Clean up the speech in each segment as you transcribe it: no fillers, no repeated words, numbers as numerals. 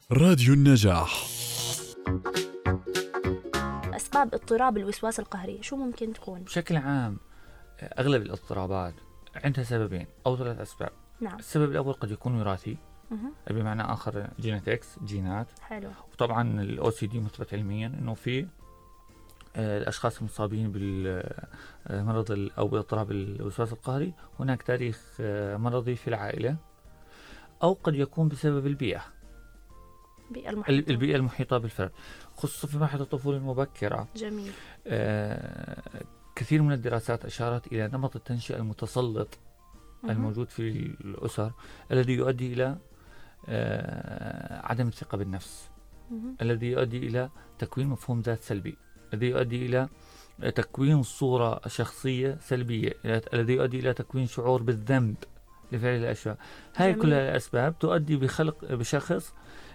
راديو النجاح. أسباب اضطراب الوسواس القهري شو ممكن تكون؟ بشكل عام أغلب الاضطرابات عندها سببين أو 3 أسباب. نعم. السبب الأول قد يكون وراثي، بمعنى آخر جيناتكس، جينات. حلو. وطبعا الOCD مثبت علميا أنه في الأشخاص المصابين بالمرض أو باضطراب الوسواس القهري هناك تاريخ مرضي في العائلة، أو قد يكون بسبب البيئة المحيطة بالفرد، خصوصا في مرحلة الطفولة المبكرة. جميل. كثير من الدراسات أشارت إلى نمط التنشئة المتسلط الموجود في الأسر، الذي يؤدي إلى عدم الثقة بالنفس، الذي يؤدي إلى تكوين مفهوم ذات سلبي، الذي يؤدي إلى تكوين صورة شخصية سلبية، الذي يؤدي إلى تكوين شعور بالذنب لفعل الأشياء. هاي كلها الأسباب تؤدي بخلق بشخص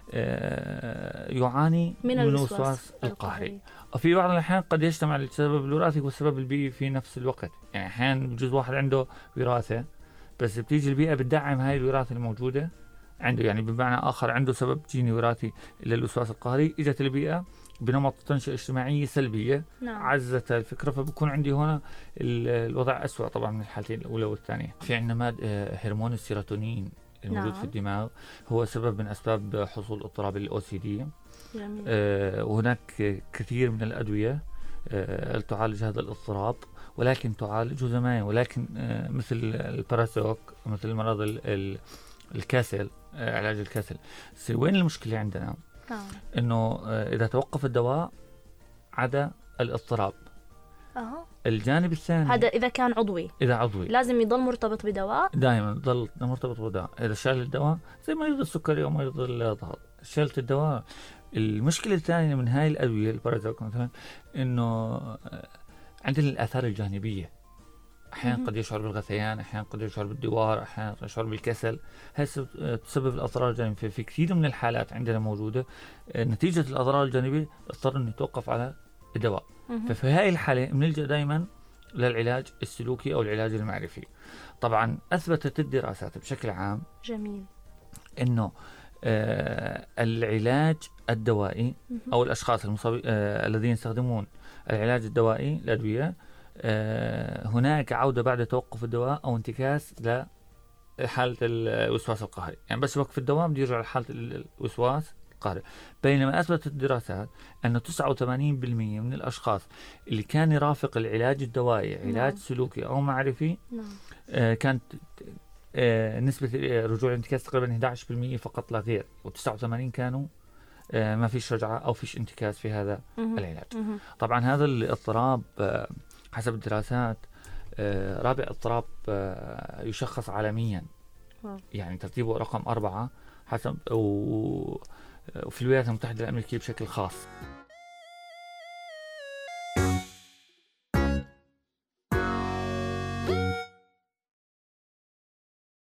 يعاني من الوسواس القهري. وفي بعض الأحيان قد يجتمع السبب الوراثي والسبب البيئي في نفس الوقت. يعني أحيانا بجوز واحد عنده وراثة بس بتيجي البيئة بتدعم هاي الوراثة الموجودة عنده، يعني بمعنى آخر عنده سبب جيني وراثي للوسواس القهري، إجت البيئة بنمط تنشئة اجتماعية سلبية. نعم. عزت الفكرة، فبكون عندي هنا الوضع أسوأ طبعا من الحالتين الأولى والثانية. في عندنا هرمون السيروتونين الموجود في الدماغ هو سبب من أسباب حصول اضطراب الOCD. وهناك كثير من الأدوية تعالج هذا الاضطراب، ولكن تعالجه زمان، ولكن مثل الباراسوك، مثل مرض الكسل، علاج الكسل. وين المشكلة عندنا؟ إنه إذا توقف الدواء عدا الاضطراب. الجانب الثاني هذا إذا كان عضوي، إذا عضوي لازم يضل مرتبط بدواء، دائما يضل مرتبط بدواء. إذا شال الدواء زي مريض السكري أو مريض الضغط، شلت الدواء. المشكلة الثانية من هاي الأدوية البارازوك مثلا إنه عندنا الآثار الجانبية. أحيانا قد يشعر بالغثيان، أحيانا قد يشعر بالدوار، أحيانا قد يشعر بالكسل. هاي تسبب الأضرار الجانبية. في كثير من الحالات عندنا موجودة نتيجة الأضرار الجانبية اضطر أن يتوقف على الدواء. ففي هاي الحالة بنلجأ دائما للعلاج السلوكي أو العلاج المعرفي. طبعا أثبتت الدراسات بشكل عام جميل إنه العلاج الدوائي أو الأشخاص المصابين الذين يستخدمون العلاج الدوائي الأدوية هناك عودة بعد توقف الدواء أو انتكاس لحالة الوسواس القهري. يعني بس وقف الدواء بده يرجع لحالة الوسواس القهري. بينما أثبتت الدراسات أن 89% من الأشخاص اللي كان يرافق العلاج الدوائي علاج سلوكي أو معرفي كانت نسبة رجوع الانتكاس تقريبا 11% فقط لا غير، و89 كانوا ما فيش رجعة أو فيش انتكاس في هذا العلاج. طبعا هذا الاضطراب حسب الدراسات رابع اضطراب يشخص عالميا، يعني ترتيبه رقم 4 حسب، وفي الولايات المتحدة الأمريكية بشكل خاص.